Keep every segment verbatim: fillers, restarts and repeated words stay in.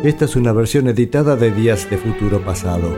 Esta es una versión editada de Días de Futuro Pasado.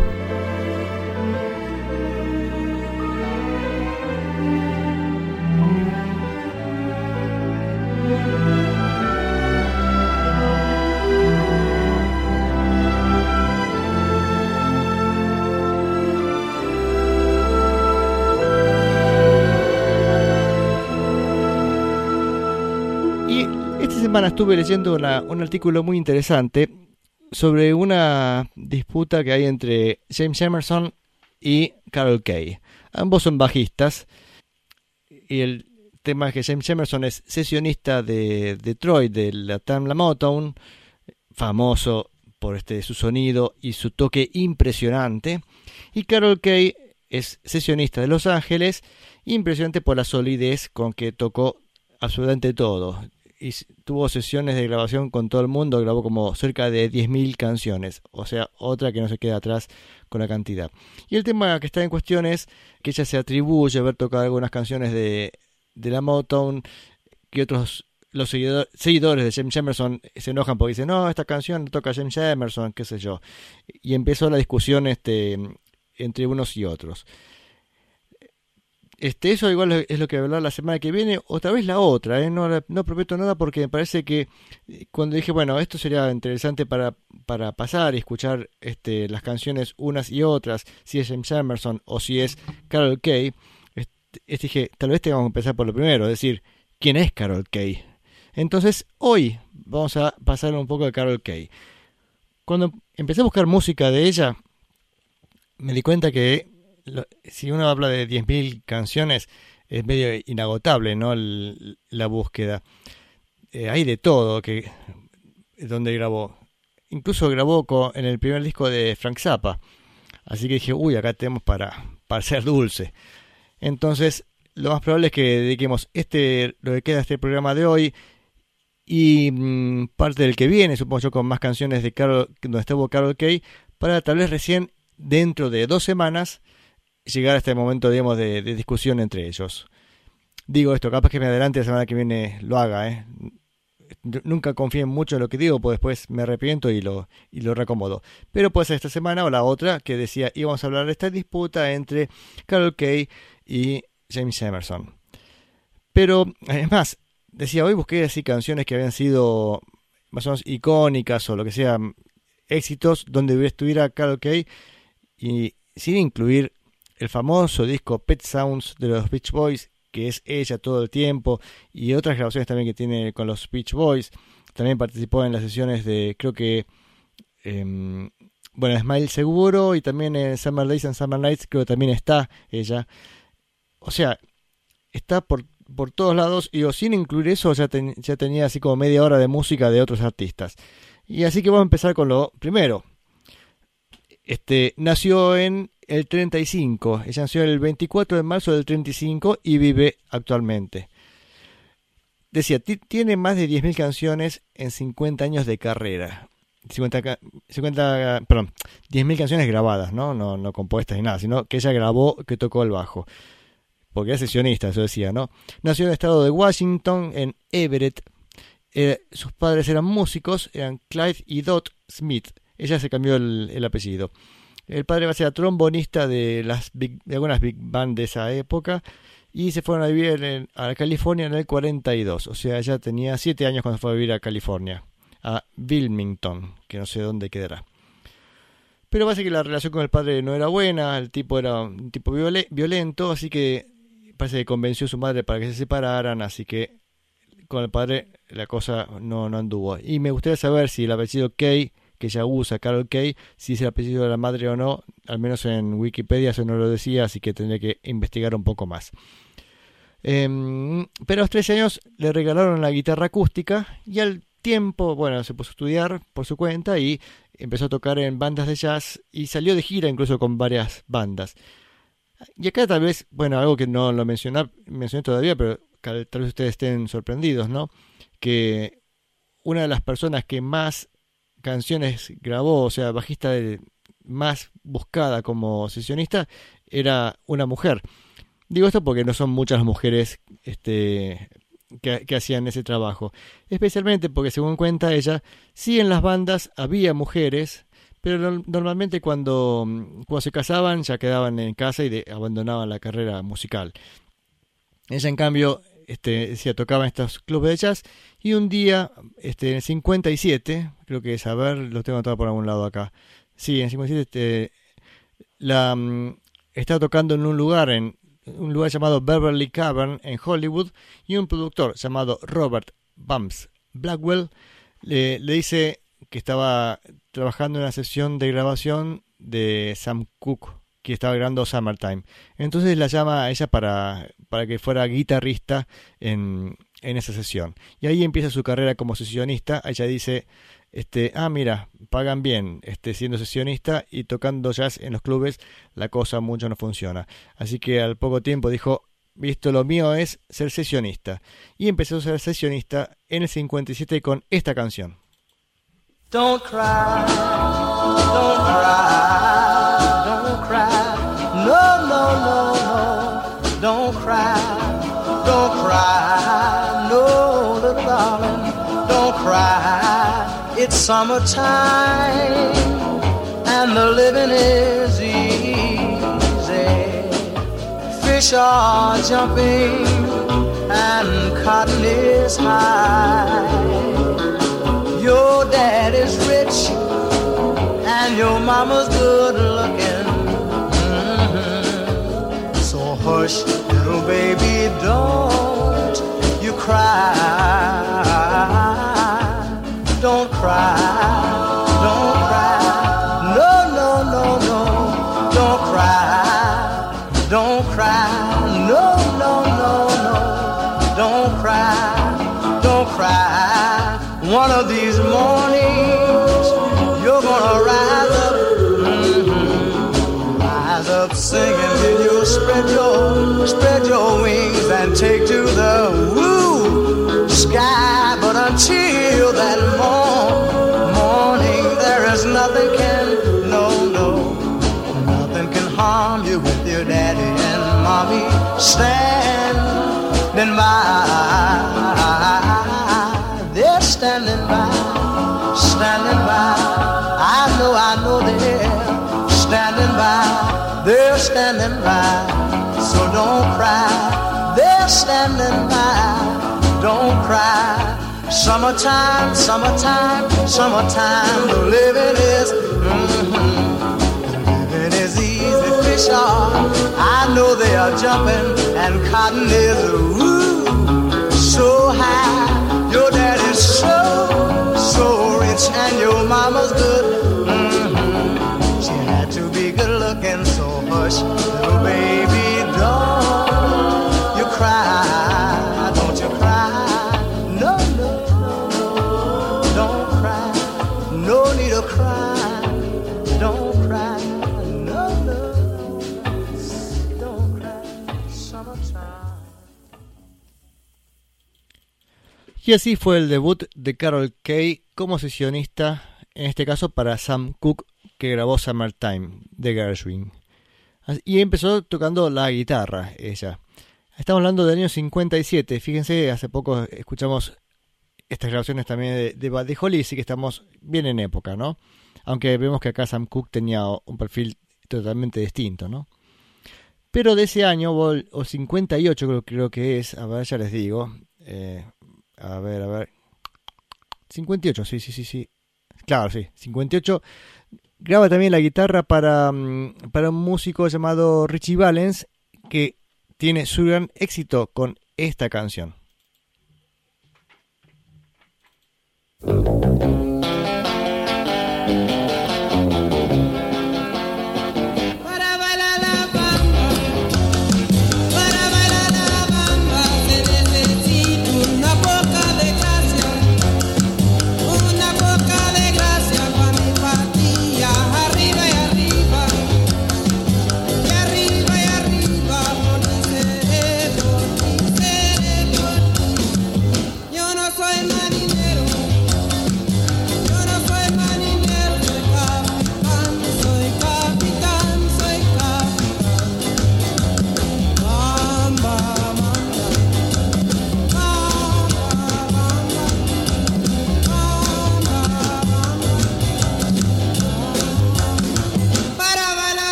Estuve leyendo una, un artículo muy interesante sobre una disputa que hay entre James Emerson y Carol Kaye. Ambos son bajistas y el tema es que James Emerson es sesionista de Detroit, de la Tamla Motown, famoso por este, su sonido y su toque impresionante, y Carol Kaye es sesionista de Los Ángeles, impresionante por la solidez con que tocó absolutamente todo. Y tuvo sesiones de grabación con todo el mundo, grabó como cerca de diez mil canciones, o sea, otra que no se queda atrás con la cantidad. Y el tema que está en cuestión es que ella se atribuye haber tocado algunas canciones de, de la Motown, que otros, los seguidor, seguidores de James Emerson se enojan porque dicen, no, esta canción toca James Emerson, qué sé yo. Y empezó la discusión este, entre unos y otros. Este, eso igual es lo que voy a hablar la semana que viene, o tal vez la otra, ¿eh? no, no prometo nada porque me parece que cuando dije, bueno, esto sería interesante para, para pasar y escuchar este, las canciones unas y otras, si es James Emerson o si es Carol Kaye, este, este dije, tal vez tengamos que empezar por lo primero, es decir, ¿quién es Carol Kaye? Entonces, hoy vamos a pasar un poco de Carol Kaye. Cuando empecé a buscar música de ella, me di cuenta que si uno habla de diez mil canciones, es medio inagotable, ¿no? El, la búsqueda. Eh, hay de todo que donde grabó. Incluso grabó con, en el primer disco de Frank Zappa. Así que dije, uy, acá tenemos para, para ser dulce. Entonces, lo más probable es que dediquemos este, lo que queda de este programa de hoy y mmm, parte del que viene, supongo yo, con más canciones de Carol, donde estuvo Carol Kaye, para tal vez recién dentro de dos semanas llegar a este momento, digamos, de, de discusión entre ellos. Digo esto, capaz que me adelante la semana que viene lo haga, ¿eh? Nunca confíen mucho en lo que digo, pues después me arrepiento y lo, y lo reacomodo. Pero puede ser esta semana o la otra, que decía, íbamos a hablar de esta disputa entre Carol Kaye y James Emerson. Pero, es más, decía, hoy busqué así canciones que habían sido más o menos icónicas o lo que sea, éxitos, donde estuviera Carol Kaye, y sin incluir el famoso disco Pet Sounds de los Beach Boys, que es ella todo el tiempo, y otras grabaciones también que tiene con los Beach Boys. También participó en las sesiones de, creo que, eh, bueno, Smile seguro, y también en Summer Days and Summer Nights creo que también está ella. O sea, está por, por todos lados, y o sin incluir eso ya, ten, ya tenía así como media hora de música de otros artistas. Y así que vamos a empezar con lo primero. Este, nació en el treinta y cinco, ella nació el veinticuatro de marzo del treinta y cinco y vive actualmente. Decía, tiene más de diez mil canciones en cincuenta años de carrera. cincuenta, cincuenta, perdón, diez mil canciones grabadas, ¿no? No, no compuestas ni nada, sino que ella grabó, que tocó el bajo. Porque era sesionista, eso decía, ¿no? Nació en el estado de Washington, en Everett. Eh, sus padres eran músicos, eran Clive y Dot Smith. Ella se cambió el, el apellido. El padre va a ser trombonista de, las big, de algunas big bands de esa época y se fueron a vivir en, a California en el cuarenta y dos. O sea, ya tenía siete años cuando fue a vivir a California, a Wilmington, que no sé dónde quedará. Pero parece que la relación con el padre no era buena, el tipo era un tipo violento, así que parece que convenció a su madre para que se separaran, así que con el padre la cosa no, no anduvo. Y me gustaría saber si el apellido Kaye, que ella usa, Carol Kaye, si es el apellido de la madre o no, al menos en Wikipedia eso no lo decía, así que tendré que investigar un poco más. Eh, pero a los trece años le regalaron la guitarra acústica y al tiempo, bueno, se puso a estudiar por su cuenta y empezó a tocar en bandas de jazz y salió de gira incluso con varias bandas. Y acá tal vez, bueno, algo que no lo mencioné, mencioné todavía, pero tal vez ustedes estén sorprendidos, ¿no? Que una de las personas que más canciones grabó, o sea, bajista de, más buscada como sesionista, era una mujer. Digo esto porque no son muchas mujeres este, que, que hacían ese trabajo. Especialmente porque, según cuenta ella, sí en las bandas había mujeres, pero no, normalmente cuando, cuando se casaban ya quedaban en casa y de, abandonaban la carrera musical. Ella, en cambio, este, decía, tocaba en estos clubes de jazz, y un día, este, en el cincuenta y siete, creo que es, a ver, lo tengo anotado por algún lado acá. Sí, en el cincuenta y siete este, la, um, estaba tocando en un lugar, en un lugar llamado Beverly Cavern en Hollywood, y un productor llamado Robert Bumps Blackwell le, le dice que estaba trabajando en una sesión de grabación de Sam Cooke, que estaba grabando Summertime. Entonces la llama a ella para, para que fuera guitarrista en, en esa sesión. Y ahí empieza su carrera como sesionista. Ella dice, este, ah, mira, pagan bien este, siendo sesionista, y tocando jazz en los clubes la cosa mucho no funciona. Así que al poco tiempo dijo, visto, lo mío es ser sesionista. Y empezó a ser sesionista en el cincuenta y siete con esta canción. Don't cry, don't cry, don't cry, no, no, no, no, don't cry, don't cry, no, little darling, don't cry, it's summertime, and the living is easy, fish are jumping, and cotton is high. Your dad is rich and your mama's good looking. Mm-hmm. So hush, little baby, don't you cry. Don't cry, don't cry. No, no, no, no. Don't cry, don't cry. No, no, no, no. Don't cry, don't cry. One of these mornings, you're gonna rise up, mm-hmm. rise up singing till you spread your, spread your wings and take to the woo sky. But until that morn, morning, there is nothing can, no, no, nothing can harm you with your daddy and mommy standing by. They're standing by, standing by. I know, I know they're standing by. They're standing by. So don't cry. They're standing by. Don't cry. Summertime, summertime, summertime. The living is, mm-hmm. The living is easy. Fish are, I know they are jumping, and cotton is, ooh, so high. Your daddy's so, so rich, and your mama's good. Mm-hmm. She had to be good looking, so hush, little baby, don't you cry, don't you cry. No, no, no, don't cry, no need to cry, don't cry, no, no, don't cry, summertime. Y así fue el debut de Carol Kaye como sesionista, en este caso para Sam Cooke, que grabó Summertime de Gershwin. Y empezó tocando la guitarra ella. Estamos hablando del año cincuenta y siete. Fíjense, hace poco escuchamos estas grabaciones también de, de Buddy Holly, así que estamos bien en época, ¿no? Aunque vemos que acá Sam Cooke tenía un perfil totalmente distinto, ¿no? Pero de ese año, o cincuenta y ocho creo, creo que es, a ver, ya les digo... Eh, A ver, a ver. cincuenta y ocho, sí, sí, sí, sí. Claro, sí. cincuenta y ocho. Graba también la guitarra para, para un músico llamado Richie Valens, que tiene su gran éxito con esta canción.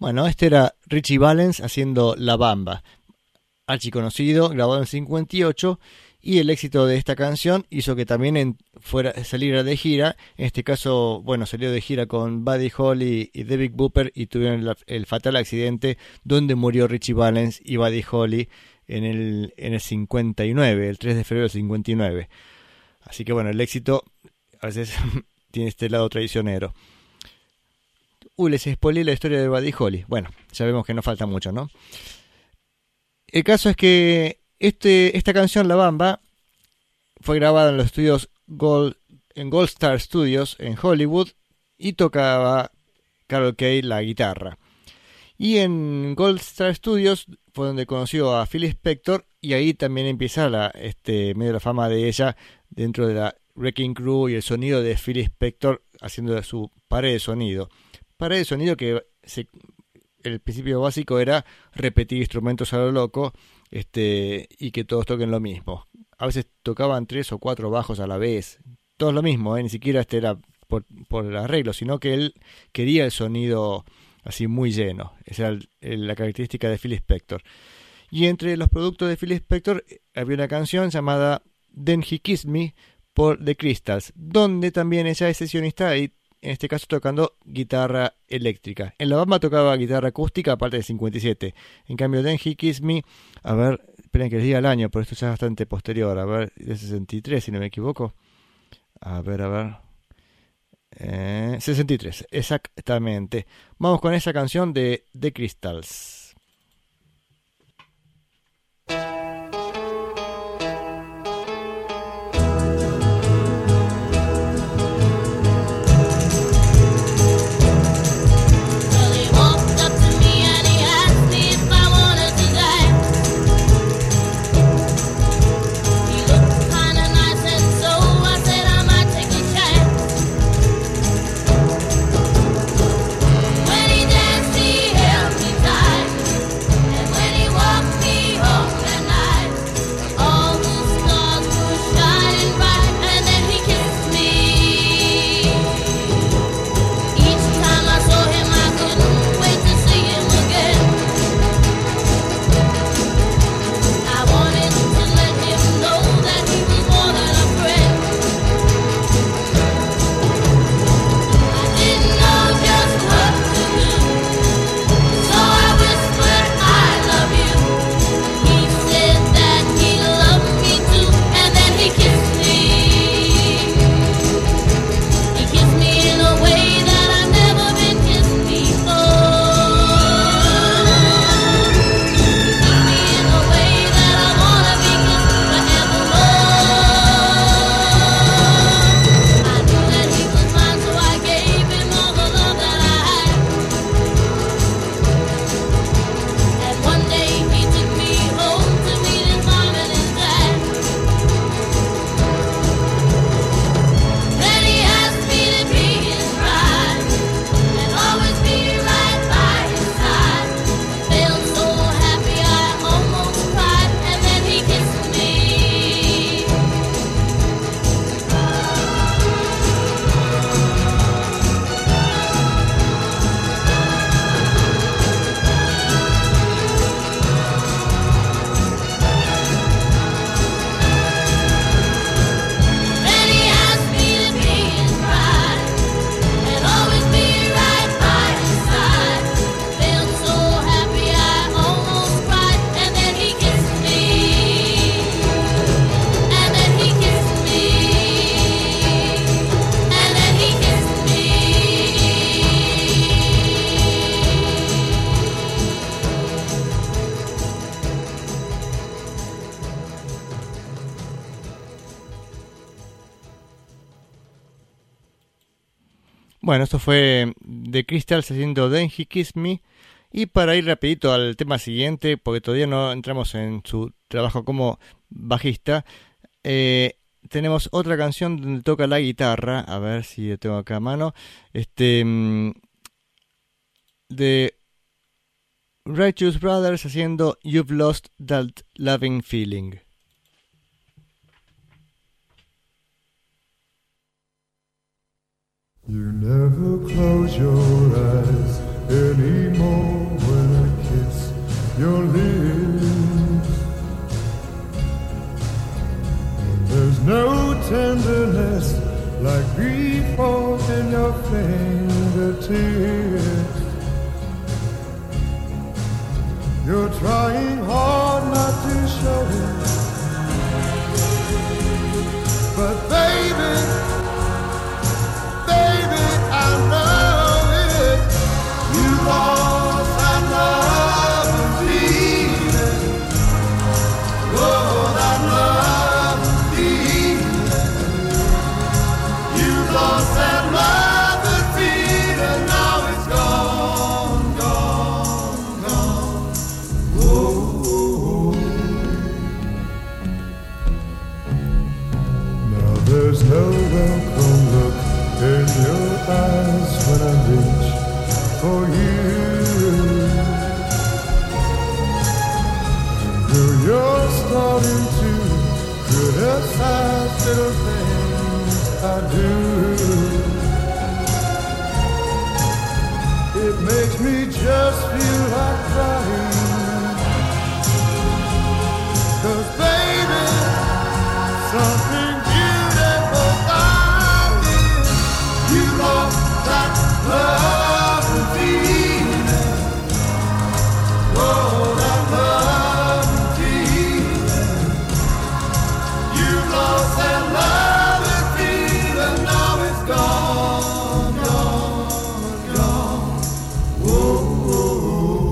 Bueno, este era Richie Valens haciendo La Bamba, archiconocido, grabado en cincuenta y ocho, y el éxito de esta canción hizo que también en, fuera, saliera de gira. En este caso, bueno, salió de gira con Buddy Holly y David Booper y tuvieron la, el fatal accidente donde murió Richie Valens y Buddy Holly en el, en el cincuenta y nueve, el tres de febrero del cincuenta y nueve. Así que bueno, el éxito a veces tiene este lado traicionero. Uy, les spoilé la historia de Buddy Holly. Bueno, ya vemos que no falta mucho, ¿no? El caso es que este, esta canción, La Bamba, fue grabada en los estudios Gold, en Gold Star Studios en Hollywood, y tocaba Carol Kaye la guitarra. Y en Gold Star Studios fue donde conoció a Phil Spector, y ahí también empieza la, este, medio la fama de ella dentro de la Wrecking Crew y el sonido de Phil Spector haciendo su pared de sonido. Pared de sonido que se, el principio básico era repetir instrumentos a lo loco, este, y que todos toquen lo mismo. A veces tocaban tres o cuatro bajos a la vez, todos lo mismo, ¿eh? Ni siquiera este era por, por el arreglo, sino que él quería el sonido así muy lleno. Esa era el, el, la característica de Phil Spector. Y entre los productos de Phil Spector había una canción llamada Then He Kissed Me por The Crystals, donde también ella es sesionista y en este caso tocando guitarra eléctrica. En La Bamba tocaba guitarra acústica, aparte de cincuenta y siete. En cambio, Then He Kissed Me, a ver, esperen que les diga el año, pero esto ya es bastante posterior. A ver, de sesenta y tres, si no me equivoco. A ver, a ver. Eh, sesenta y tres, exactamente. Vamos con esa canción de The Crystals. Bueno, esto fue The Crystals haciendo Then He Kissed Me. Y para ir rapidito al tema siguiente, porque todavía no entramos en su trabajo como bajista, eh, tenemos otra canción donde toca la guitarra. A ver si lo tengo acá a mano. Este, de Righteous Brothers haciendo You've Lost That Loving Feeling. You never close your eyes anymore. your lips. There's no tenderness like grief in your fingertips. You're trying hard not to show it, but baby, baby, I know it. You lost that love and feeling. Oh, that love and feeling. You lost that love and feeling. Now it's gone, gone, gone. Whoa. Now there's no welcome look in your eyes when I reach for you. Girl, you're starting to criticize little things I do. It makes me just feel like crying. 'Cause baby, something beautiful about it. You lost that love and feeling. Oh, that love and feeling. You lost that love and feeling. Now it's gone, gone, gone. Whoa, whoa.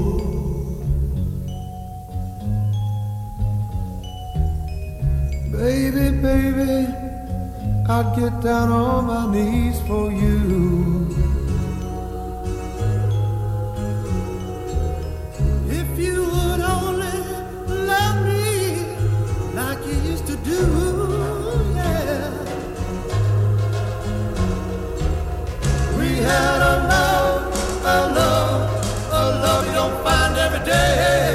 Baby, baby, I'd get down on my knees for you. If you would only love me like you used to do, yeah. We had a love, a love, a love you don't find every day.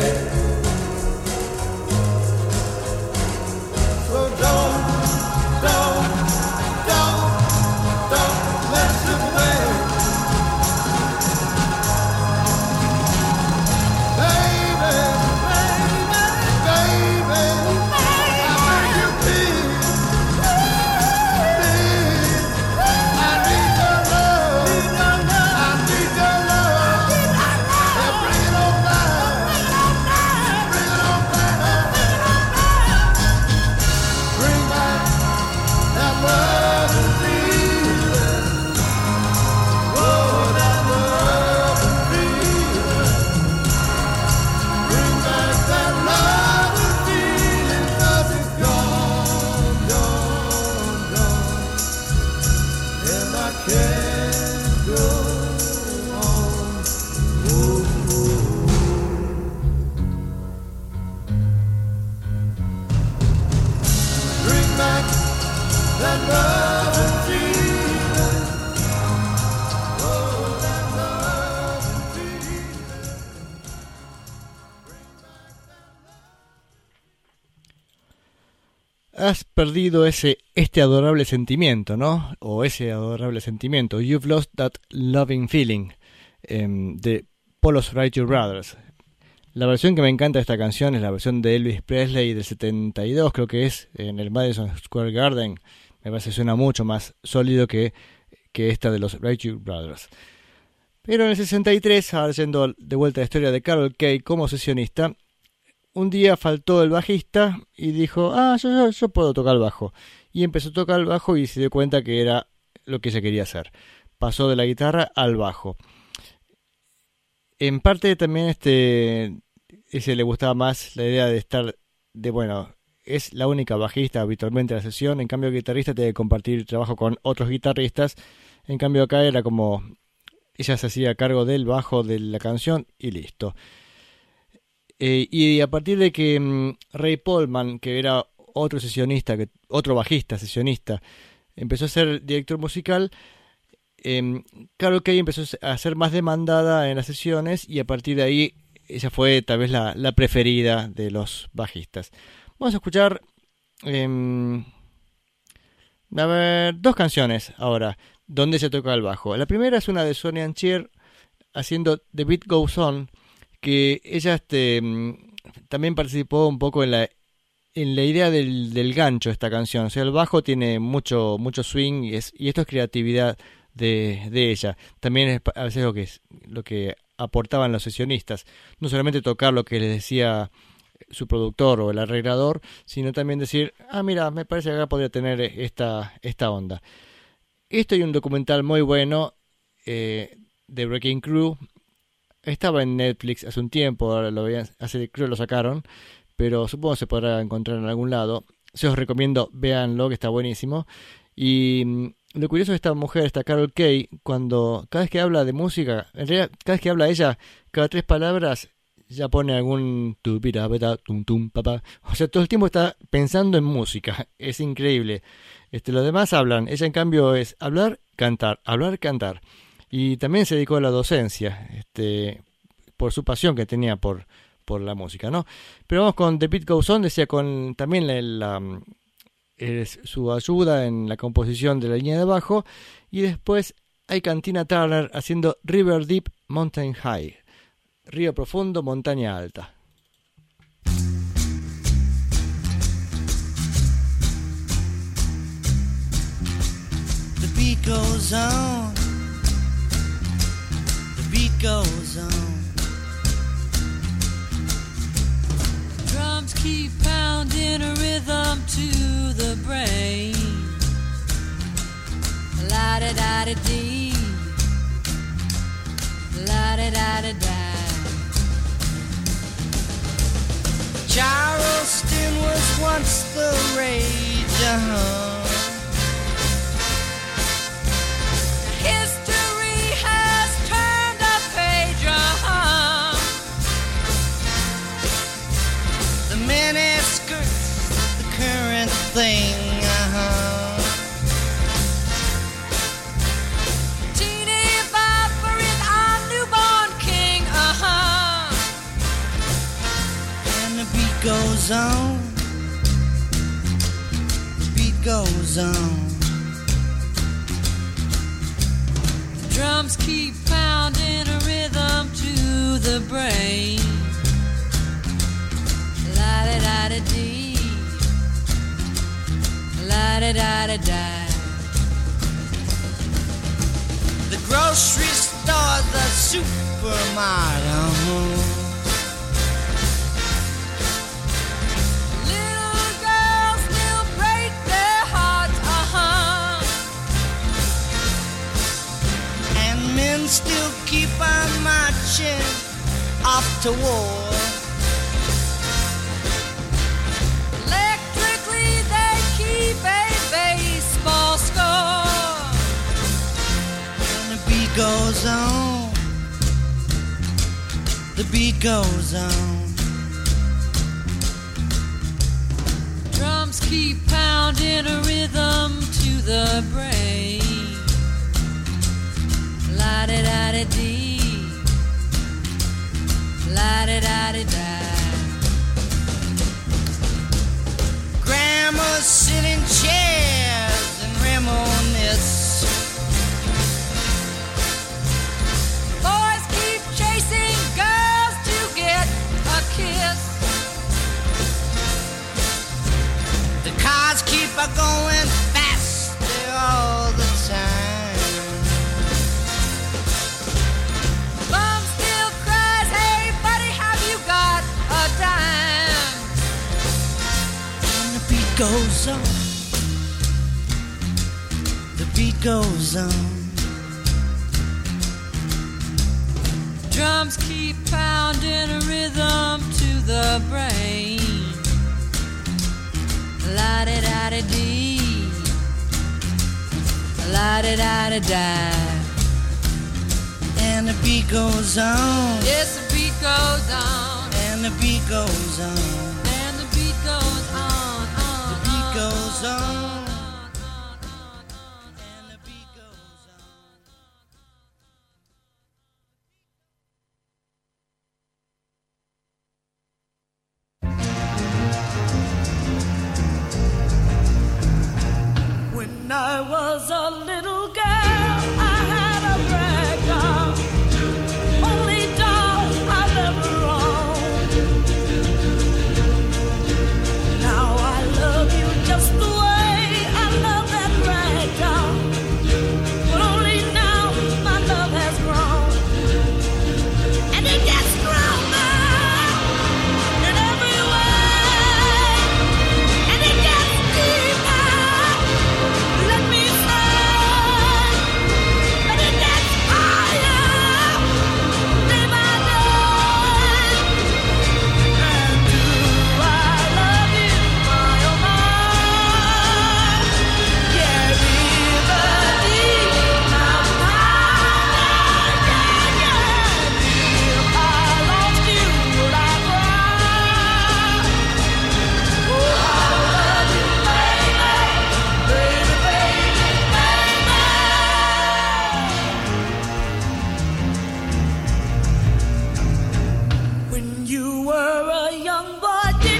So don't, don't, don't, don't let it slip away. Baby, baby, baby, I beg you please, please, I need your love, I need your love, yeah, bring it on back, bring it on back, bring back that love and feeling. Oh, that love and feeling. Bring back that love and feeling. 'Cause it's gone, gone, gone. And I can't go on. Oh, bring back that love and feeling. Oh, that love and feeling. Has perdido ese este adorable sentimiento, ¿no? O ese adorable sentimiento. You've lost that loving feeling, em, de Paul's Righteous Brothers. La versión que me encanta de esta canción es la versión de Elvis Presley del setenta y dos, creo que es, en el Madison Square Garden. Me parece que suena mucho más sólido que, que esta de los Righteous Brothers. Pero en el sesenta y tres, ahora yendo de vuelta a la historia de Carol Kaye como sesionista, un día faltó el bajista y dijo, ah, yo, yo, yo puedo tocar el bajo. Y empezó a tocar el bajo y se dio cuenta que era lo que ella quería hacer. Pasó de la guitarra al bajo. En parte también este ese le gustaba más la idea de estar, de bueno, es la única bajista habitualmente en la sesión, en cambio el guitarrista tiene que compartir trabajo con otros guitarristas, en cambio acá era como, ella se hacía cargo del bajo de la canción y listo. Eh, y a partir de que um, Ray Polman, que era otro sesionista, que, otro bajista sesionista, empezó a ser director musical, eh, Carol Kaye empezó a ser más demandada en las sesiones y a partir de ahí ella fue tal vez la, la preferida de los bajistas. Vamos a escuchar eh, a ver, dos canciones ahora donde se toca el bajo. La primera es una de Sonny and Cher haciendo The Beat Goes On, que ella este, también participó un poco en la en la idea del, del gancho de esta canción. O sea, el bajo tiene mucho mucho swing y, es, y esto es creatividad de, de ella. También es a veces lo que, es, lo que aportaban los sesionistas. No solamente tocar lo que les decía su productor o el arreglador, sino también decir, ah, mira, me parece que acá podría tener esta, esta onda. Esto hay un documental muy bueno eh, de Wrecking Crew. Estaba en Netflix hace un tiempo, ahora lo veían, hace, creo que lo sacaron, pero supongo que se podrá encontrar en algún lado. Se os recomiendo, véanlo, que está buenísimo. Y mm, lo curioso de esta mujer, esta Carol Kaye, cuando cada vez que habla de música, en realidad cada vez que habla ella, cada tres palabras ya pone algún tu pira beta tum tum papá. O sea, todo el tiempo está pensando en música. Es increíble. Este, los demás hablan, ella en cambio es hablar, cantar, hablar, cantar. Y también se dedicó a la docencia, este, por su pasión que tenía por, por la música, ¿no? Pero vamos con The Beat Goes On, decía, con también la, la, es su ayuda en la composición de la línea de bajo. Y después hay Cantina Turner haciendo River Deep, Mountain High. Río profundo, montaña alta. The beat goes on. The beat goes on. Drums keep pounding a rhythm to the brain. La-da-da-da-dee. La-da-da-da-da. Charleston was once the rage, uh-huh. History has turned a page, uh-huh. The miniskirt's the current thing, uh-huh. Teeny Bopper is our newborn king, uh-huh. And the beat goes on. The beat goes on. Drums keep pounding a rhythm to the brain. La-da-da-da-dee. La-da-da-da-da. The grocery store, the supermarket. Little girls still break their hearts, uh-huh. And men still keep on marching off to war. Electrically they keep a baseball score. And the beat goes on. The beat goes on. Drums keep pounding a rhythm to the brain. La-da-da-da-dee. La-da-da-da-da. Grandmas sit in chairs and reminisce. Boys keep chasing girls to get a kiss. The cars keep a going faster all the time. Mom still cries, hey buddy, have you got a dime? And the beat goes on. The beat goes on. Drums keep pounding a rhythm to the brain. La-da-da-da-dee. La-da-da-da-da. And the beat goes on. Yes, the beat goes on. And the beat goes on. And the beat goes on. on the beat goes on. on. When I was a little girl, I had a rag doll, only doll I've ever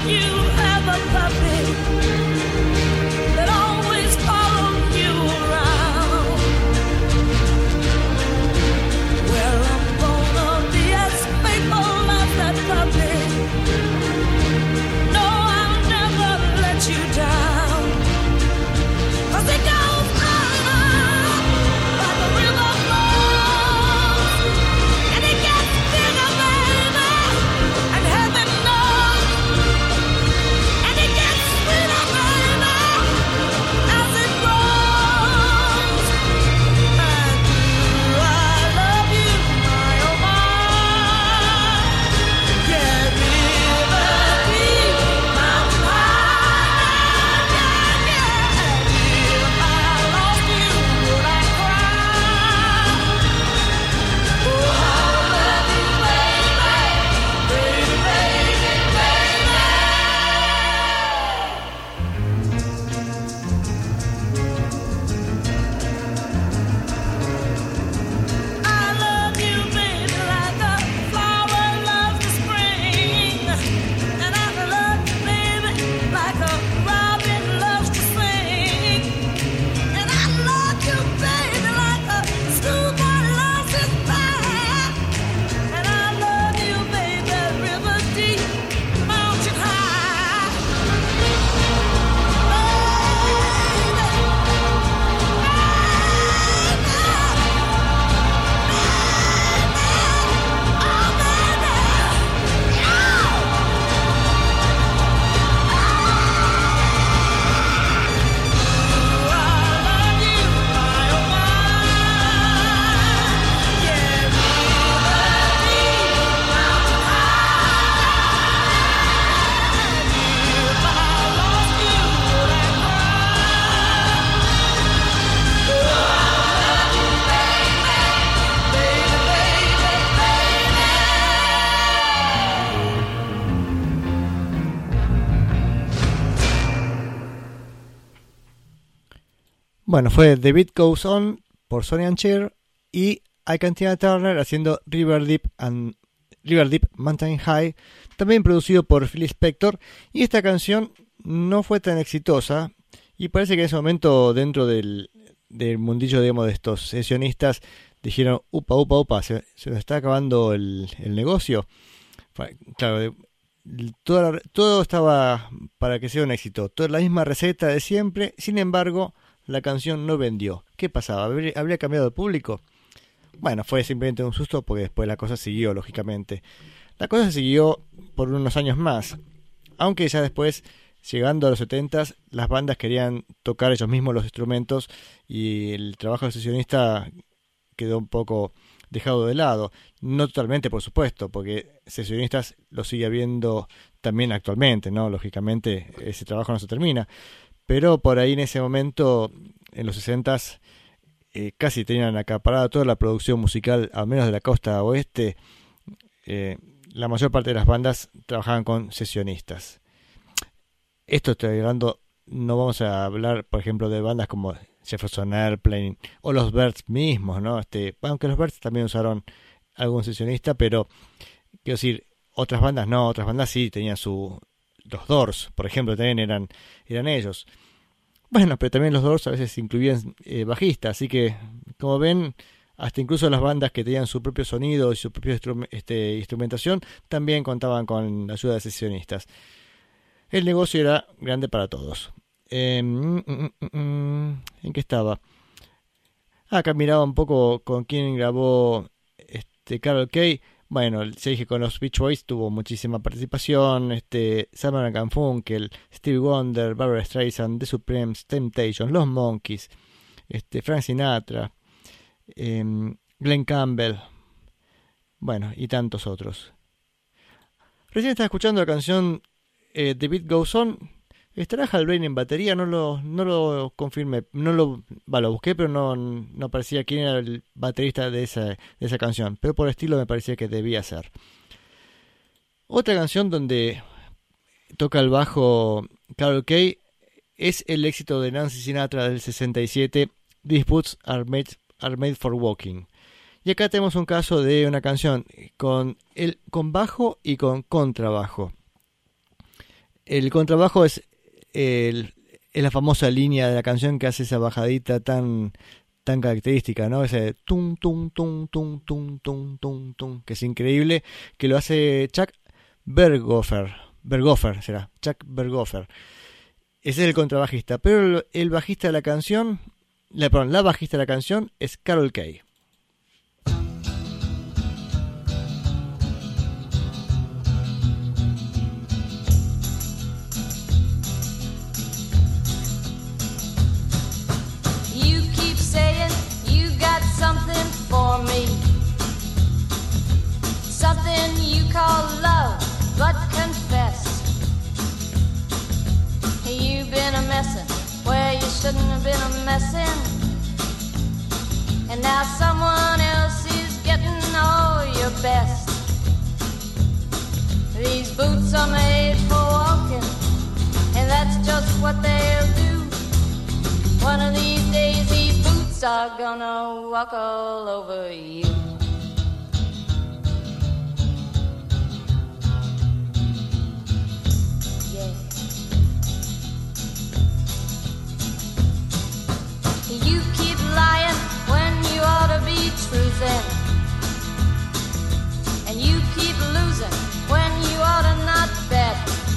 Bueno, fue The Beat Goes On por Sonny and Cher y I Can Tina Turner haciendo River Deep and River Deep Mountain High, también producido por Phil Spector, y esta canción no fue tan exitosa y parece que en ese momento dentro del, del mundillo, digamos, de estos sesionistas dijeron upa upa upa, se, se nos está acabando el, el negocio. Claro, todo, todo estaba para que sea un éxito, toda la misma receta de siempre. Sin embargo, la canción no vendió. ¿Qué pasaba? ¿Habría, ¿habría cambiado de público? Bueno, fue simplemente un susto porque después la cosa siguió, lógicamente. La cosa siguió por unos años más, aunque ya después, llegando a los setentas, las bandas querían tocar ellos mismos los instrumentos y el trabajo del sesionista quedó un poco dejado de lado. No totalmente, por supuesto, porque sesionistas lo sigue habiendo también actualmente, ¿no? Lógicamente ese trabajo no se termina. Pero por ahí en ese momento, en los sesentas, eh, casi tenían acaparada toda la producción musical, al menos de la costa oeste. Eh, la mayor parte de las bandas trabajaban con sesionistas. Esto estoy hablando, no vamos a hablar, por ejemplo, de bandas como Jefferson Airplane o los Byrds mismos, ¿no? Este, aunque los Byrds también usaron algún sesionista, pero quiero decir, otras bandas no, otras bandas sí tenían su... Los Doors, por ejemplo, también eran, eran ellos. Bueno, pero también los Doors a veces incluían eh, bajistas, así que, como ven, hasta incluso las bandas que tenían su propio sonido y su propia instru- este, instrumentación también contaban con la ayuda de sesionistas. El negocio era grande para todos. Eh, mm, mm, mm, mm, ¿En qué estaba? Acá miraba un poco con quién grabó este Carol Kay. Bueno, se dije con los Beach Boys tuvo muchísima participación, este, Simon and Garfunkel, Stevie Wonder, Barbra Streisand, The Supremes, Temptations, Los Monkees, este, Frank Sinatra, eh, Glenn Campbell, bueno, y tantos otros. Recién estaba escuchando la canción eh, The Beat Goes On. ¿Estará Hal Blaine en batería? No lo, no lo confirmé, no lo, bah, lo busqué, pero no, no aparecía quién era el baterista de esa, de esa canción. Pero por estilo me parecía que debía ser. Otra canción donde toca el bajo Carol Kay es el éxito de Nancy Sinatra del sesenta y siete, These Boots Are Made, Are Made for Walking. Y acá tenemos un caso de una canción con, el, con bajo y con contrabajo. el contrabajo es, el, es la famosa línea de la canción que hace esa bajadita tan tan característica, ¿no? Ese tum tum tum tum tum tum tum tum, que es increíble, que lo hace Chuck Berghofer, Berghofer será, Chuck Berghofer. Ese es el contrabajista, pero el, el bajista de la canción, la, perdón, la bajista de la canción es Carol Kaye. Something for me, something you call love, but confess you've been a messin' where you shouldn't have been a messin', and now someone else is getting all your best. These boots are made for walking, and that's just what they'll do. One of these days these boots are gonna walk all over you. Yeah. You keep lying when you ought to be truthing, and you keep losing when you ought to not bet.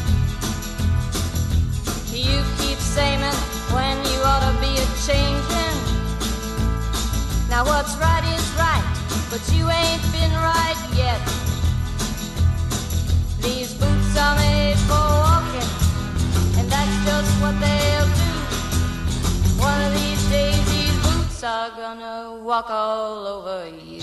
You keep saying when you ought to be a changing. Now what's right is right, but you ain't been right yet. These boots are made for walking, and that's just what they'll do. One of these days these boots are gonna walk all over you.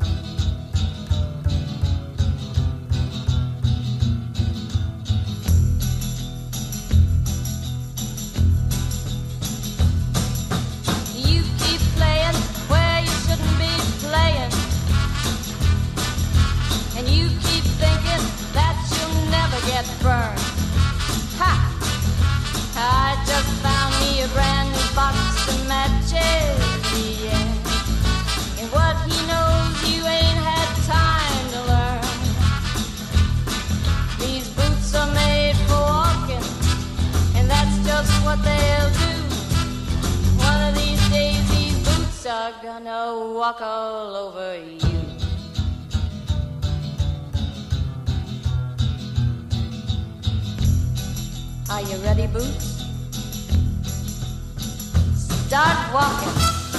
Playing, and you keep thinking that you'll never get burned. Ha! I just found me a brand new box of matches, yeah. And what he knows you ain't had time to learn. These boots are made for walking, and that's just what they'll do. One of these days these boots are gonna walk all over you. Are you ready, Boots? Start walking.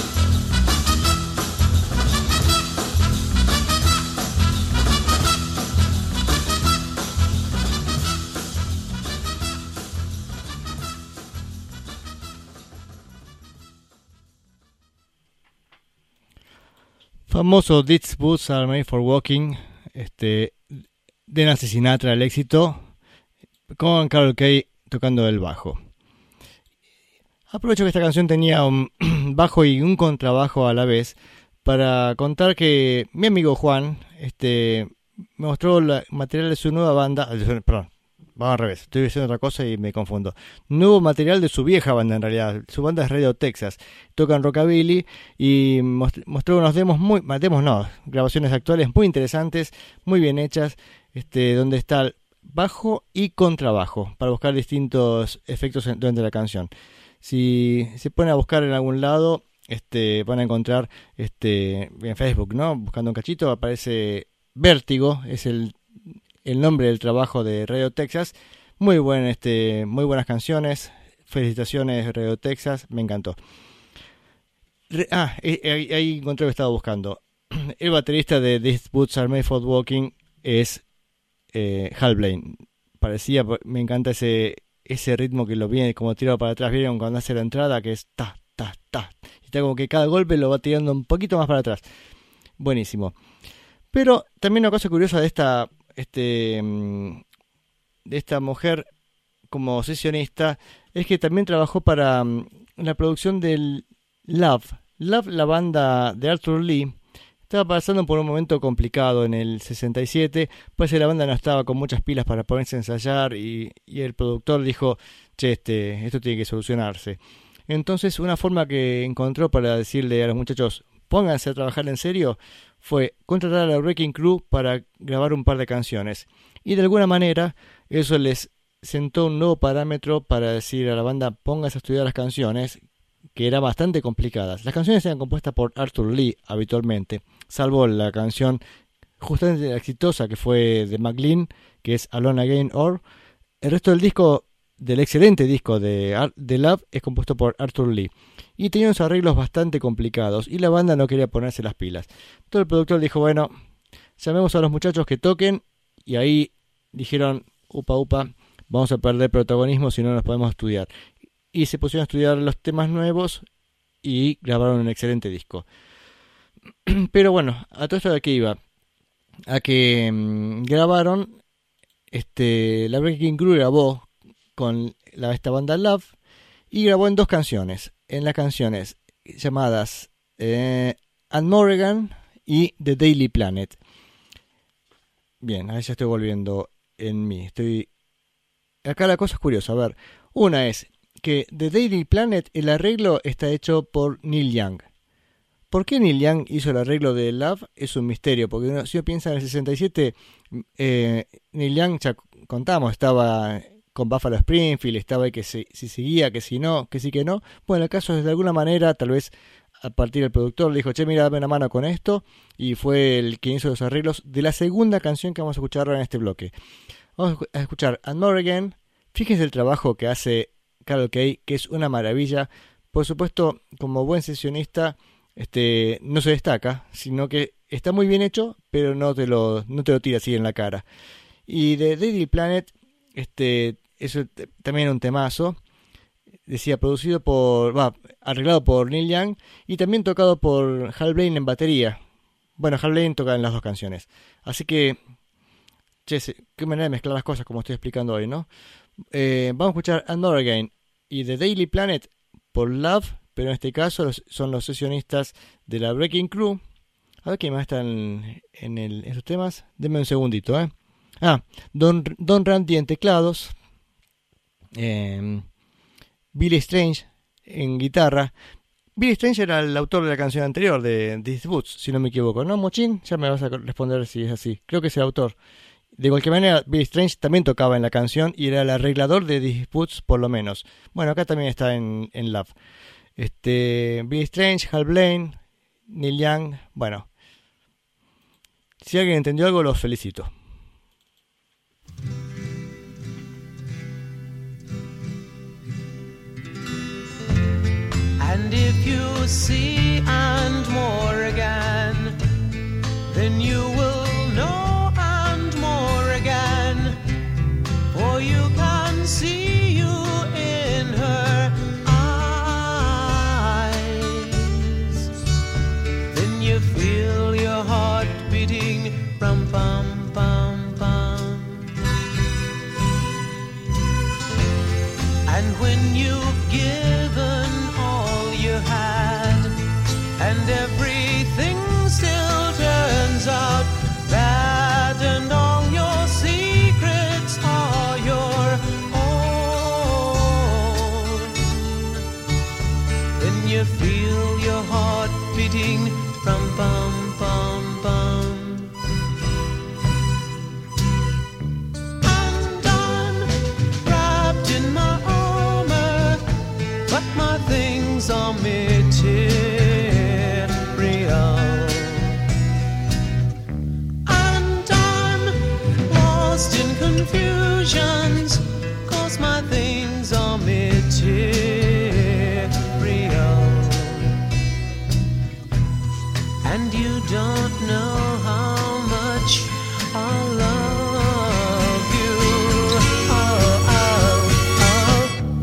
Famoso These Boots Are Made for Walking, este, de Nancy Sinatra, el éxito, con Carol Kaye tocando el bajo. Aprovecho que esta canción tenía un bajo y un contrabajo a la vez para contar que mi amigo Juan este, me mostró el material de su nueva banda, perdón, vamos al revés, estoy diciendo otra cosa y me confundo. Nuevo material de su vieja banda en realidad. Su banda es Radio Texas. Tocan rockabilly y mostró unos demos muy, demos no, grabaciones actuales muy interesantes, muy bien hechas, este, donde está el bajo y contrabajo para buscar distintos efectos durante la canción. Si se ponen a buscar en algún lado, este, van a encontrar este, en Facebook, ¿no? Buscando un cachito aparece Vértigo, es el el nombre del trabajo de Radio Texas. Muy buen, este, muy buenas canciones. Felicitaciones Radio Texas, me encantó. Re, ah, ahí, ahí encontré lo que estaba buscando. El baterista de These Boots Are Made for Walking es eh, Hal Blaine. Parecía, me encanta ese ese ritmo que lo viene como tirado para atrás. Vieron cuando hace la entrada que es ta, ta, ta. Y está como que cada golpe lo va tirando un poquito más para atrás. Buenísimo. Pero también una cosa curiosa de esta Este, de esta mujer como sesionista es que también trabajó para la producción del Love. Love, la banda de Arthur Lee, estaba pasando por un momento complicado en el sesenta y siete, pues la banda no estaba con muchas pilas para ponerse a ensayar y, y el productor dijo, che, este, esto tiene que solucionarse. Entonces una forma que encontró para decirle a los muchachos, pónganse a trabajar en serio, fue contratar a la Wrecking Crew para grabar un par de canciones. Y de alguna manera eso les sentó un nuevo parámetro para decir a la banda póngase a estudiar las canciones, que eran bastante complicadas. Las canciones eran compuestas por Arthur Lee habitualmente, salvo la canción justamente exitosa que fue de McLean, que es Alone Again Or. El resto del disco, del excelente disco de, Ar- de Love, es compuesto por Arthur Lee. Y tenía unos arreglos bastante complicados y la banda no quería ponerse las pilas. Todo el productor dijo, bueno, llamemos a los muchachos que toquen, y ahí dijeron, upa upa, vamos a perder protagonismo si no nos podemos estudiar. Y se pusieron a estudiar los temas nuevos y grabaron un excelente disco. Pero bueno, a todo esto de qué iba, a que mmm, grabaron, este, la Breaking Crew grabó con la, esta banda Love, y grabó en dos canciones, en las canciones llamadas eh, And Morrigan y The Daily Planet. Bien, ahí ya estoy volviendo en mí. Estoy acá la cosa es curiosa. A ver, una es que The Daily Planet, el arreglo está hecho por Neil Young. ¿Por qué Neil Young hizo el arreglo de Love? Es un misterio, porque uno, si uno piensa en el sesenta y siete, eh, Neil Young, ya contamos, estaba con Buffalo Springfield, estaba ahí que si, si seguía, que si no, que sí que no. Bueno, el caso es de alguna manera, tal vez a partir del productor le dijo, che, mira, dame una mano con esto, y fue el que hizo los arreglos de la segunda canción que vamos a escuchar ahora en este bloque. Vamos a escuchar And More Again. Fíjense el trabajo que hace Carol Kaye, que es una maravilla. Por supuesto, como buen sesionista, este, no se destaca, sino que está muy bien hecho, pero no te lo, no te lo tira así en la cara. Y de Daily Planet, este, eso también un temazo. Decía, producido por, va, arreglado por Neil Young y también tocado por Hal Blaine en batería. Bueno, Hal Blaine toca en las dos canciones. Así que, che, qué manera de mezclar las cosas como estoy explicando hoy, ¿no? Eh, vamos a escuchar And More Again y The Daily Planet por Love, pero en este caso los, son los sesionistas de la Breaking Crew. A ver quién más está en, en, el, en esos temas. Denme un segundito, ¿eh? Ah, Don, Don Randy en teclados. Eh... Billy Strange en guitarra. Billy Strange era el autor de la canción anterior de These Boots, si no me equivoco, ¿no, Mochín? Ya me vas a responder si es así. Creo que es el autor. De cualquier manera, Billy Strange también tocaba en la canción y era el arreglador de These Boots, por lo menos. Bueno, acá también está en, en Love. Este, Billy Strange, Hal Blaine, Neil Young. Bueno, si alguien entendió algo, los felicito. And if you see and more again, then you will know and more again, for you can see you in her eyes. Then you feel your heart beating, rum pum pum pum. And when you've given you had, and everything still turns out bad, and all your secrets are your own, then you feel your heart beating from bum bum bum. And I'm wrapped in my armor, but my things are material, and I'm lost in confusions, 'cause my things are material, and you don't know how much I love you. Oh, oh, oh.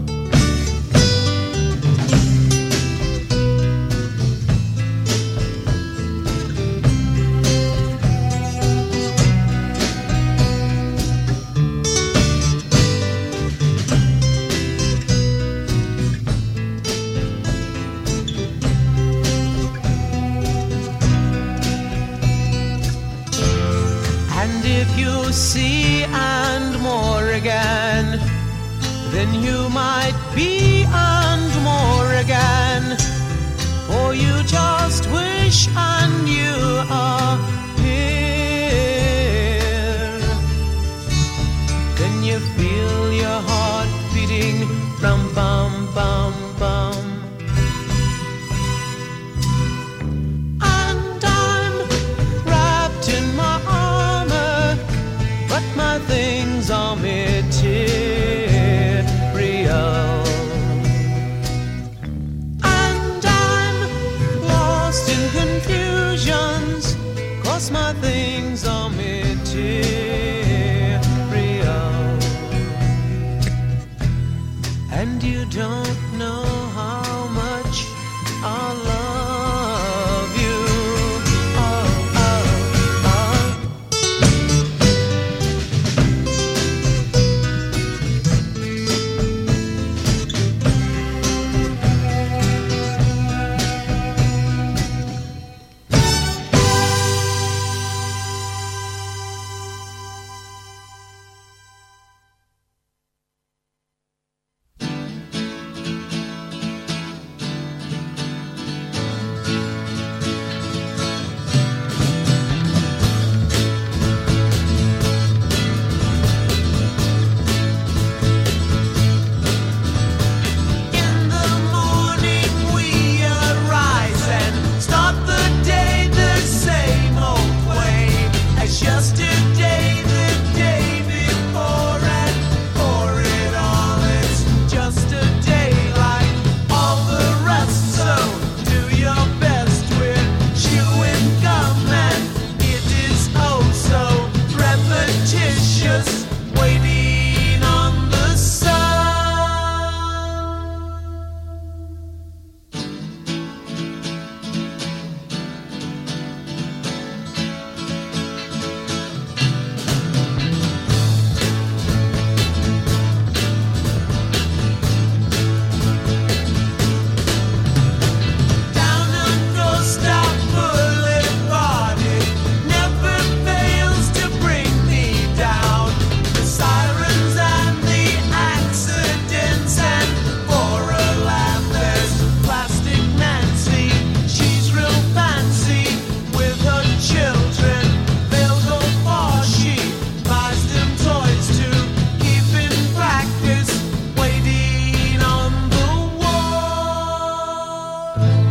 You see and more again, then you might be and more again, or you just wish and you are here. Then you feel your and you don't know how much I love you. Oh, oh, oh. In the morning we arise and start the day the same old way as yesterday, the day before, and for it all it's just a day like all the rest. So do your best with chewing gum, and it is oh so repetitious, waiting on the sun. Down and go stop boulevard, it never fails to bring me down. The sirens and the accidents, and for a laugh there's Plastic Nancy. She's real fancy with her children. They'll go far, she buys them toys to keep in practice, waiting on the wall.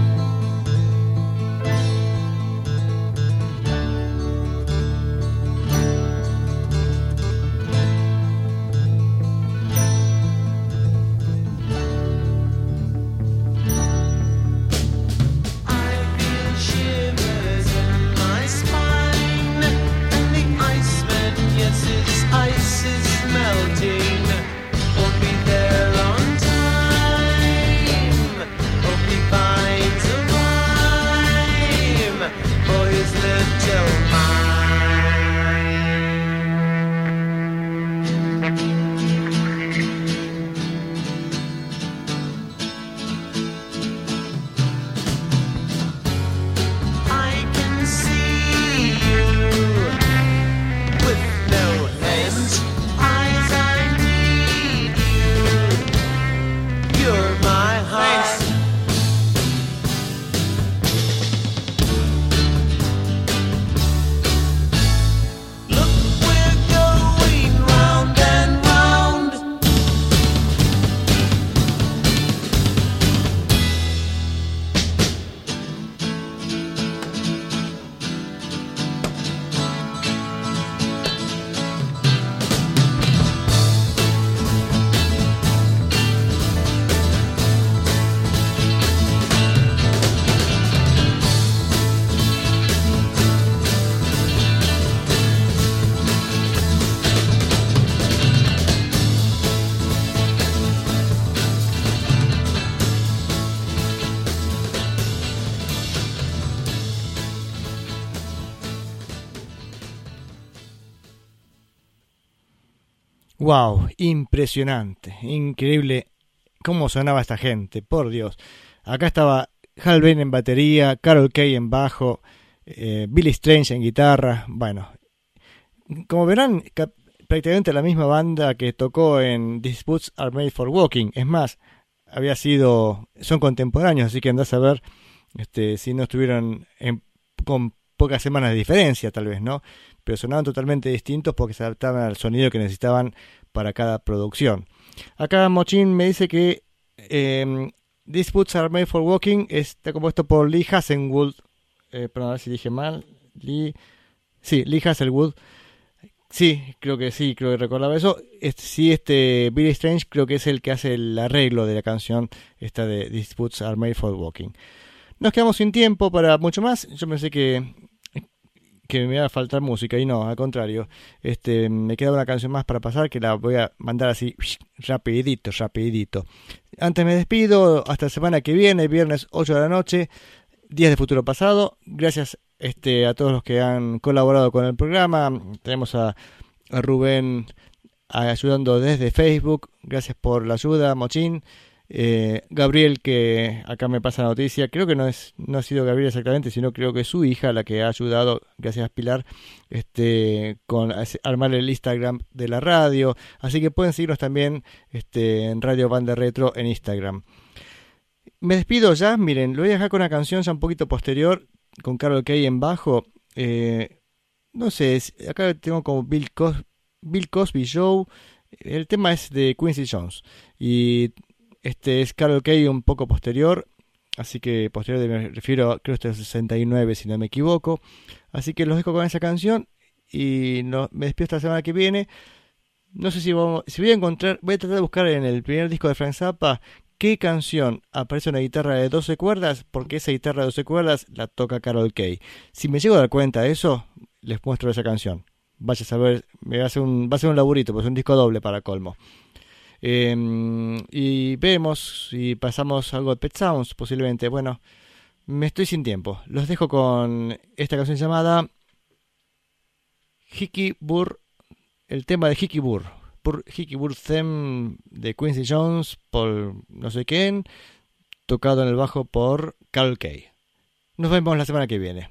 I feel shivers in my spine, and the iceman, yes, his ice is melting. Won't be there on time. Hope he finds a rhyme for his little mind. I can see you with no hands, eyes, I need you. You're my heart. Look, we're going round and round. Wow, impresionante, increíble cómo sonaba esta gente, por Dios. Acá estaba Hal Bain en batería, Carol Kaye en bajo, eh, Billy Strange en guitarra. Bueno, como verán, ca- prácticamente la misma banda que tocó en These Boots Are Made for Walking. Es más, había sido, son contemporáneos, así que andás a ver este, si no estuvieron en- con pocas semanas de diferencia, tal vez, ¿no? Pero sonaban totalmente distintos porque se adaptaban al sonido que necesitaban para cada producción. Acá Mochin me dice que eh, These Boots Are Made for Walking está compuesto por Lee Hazelwood. Eh, perdón, a ver si dije mal. Lee, sí, Lee Hazelwood. Sí, creo que sí, creo que recordaba eso. Este, sí, este Billy Strange creo que es el que hace el arreglo de la canción esta de These Boots Are Made for Walking. Nos quedamos sin tiempo para mucho más. Yo pensé que que me iba a faltar música, y no, al contrario. Este, me queda una canción más para pasar que la voy a mandar así rapidito, rapidito. Antes me despido, hasta la semana que viene, viernes ocho de la noche, Días de Futuro Pasado. Gracias este, a todos los que han colaborado con el programa. Tenemos a, a Rubén ayudando desde Facebook. Gracias por la ayuda, Mochín. Eh, Gabriel, que acá me pasa la noticia, creo que no es no ha sido Gabriel exactamente, sino creo que es su hija la que ha ayudado, gracias Pilar, este con armar el Instagram de la radio, así que pueden seguirnos también este, en Radio Banda Retro en Instagram. Me despido ya, miren, lo voy a dejar con una canción ya un poquito posterior, con Carol Kaye en bajo. eh, no sé, acá tengo como Bill, Cos- Bill Cosby Show. El tema es de Quincy Jones y este es Carol Kaye un poco posterior, así que posterior me refiero, creo que es el sesenta y nueve si no me equivoco. Así que los dejo con esa canción y no, me despido esta semana que viene. No sé si, vamos, si voy a encontrar, voy a tratar de buscar en el primer disco de Frank Zappa qué canción aparece una guitarra de doce cuerdas, porque esa guitarra de doce cuerdas la toca Carol Kaye. Si me llego a dar cuenta de eso, les muestro esa canción. Vaya a saber, me va a hacer un, va a ser un laburito, pues es un disco doble para colmo. Eh, y vemos si pasamos algo de Pet Sounds, posiblemente. Bueno, me estoy sin tiempo. Los dejo con esta canción llamada Hickey Burr, el tema de Hickey Burr, Burr Hickey Burr Theme de Quincy Jones por no sé quién, tocado en el bajo por Carol Kaye. Nos vemos la semana que viene.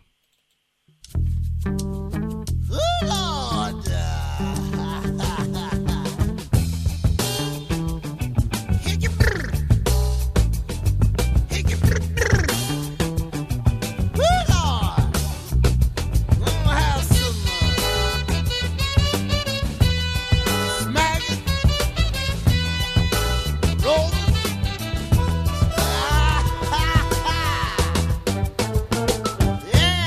Yeah.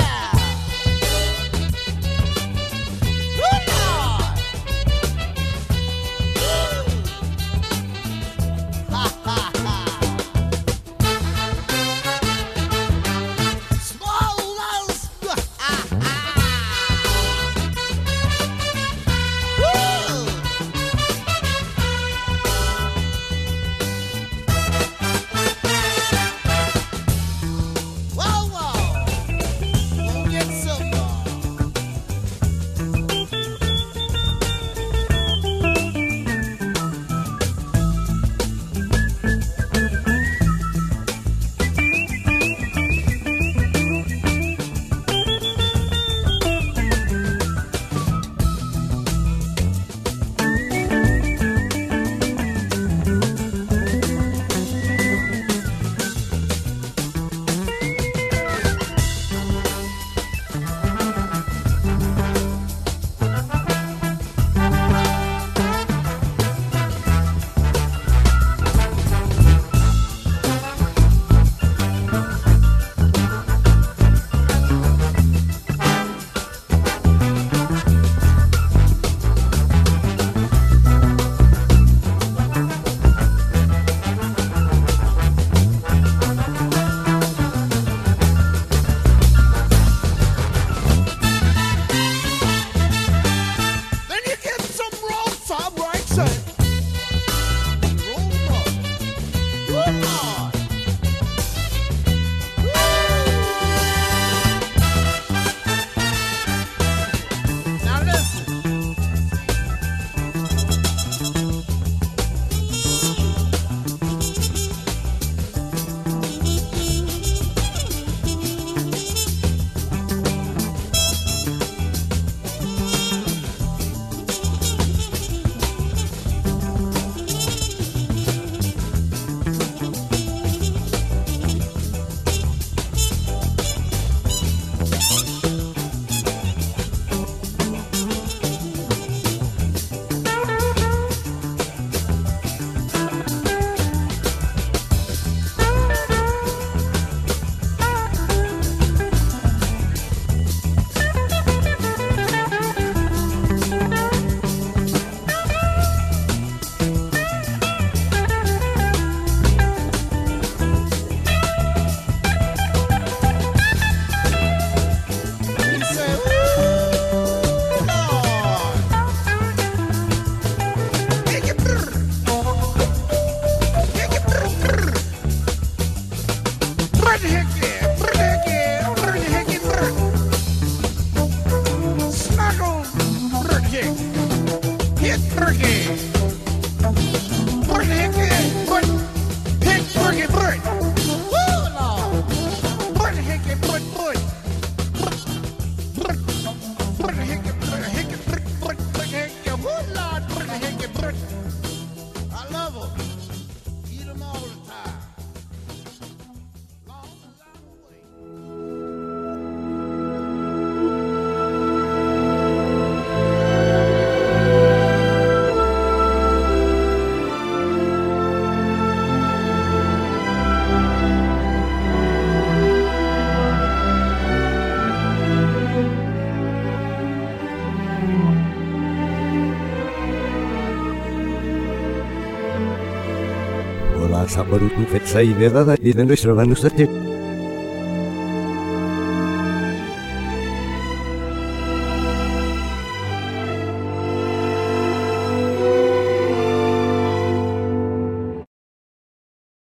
la saborutu fetsai vedada y de nuestro vanusate.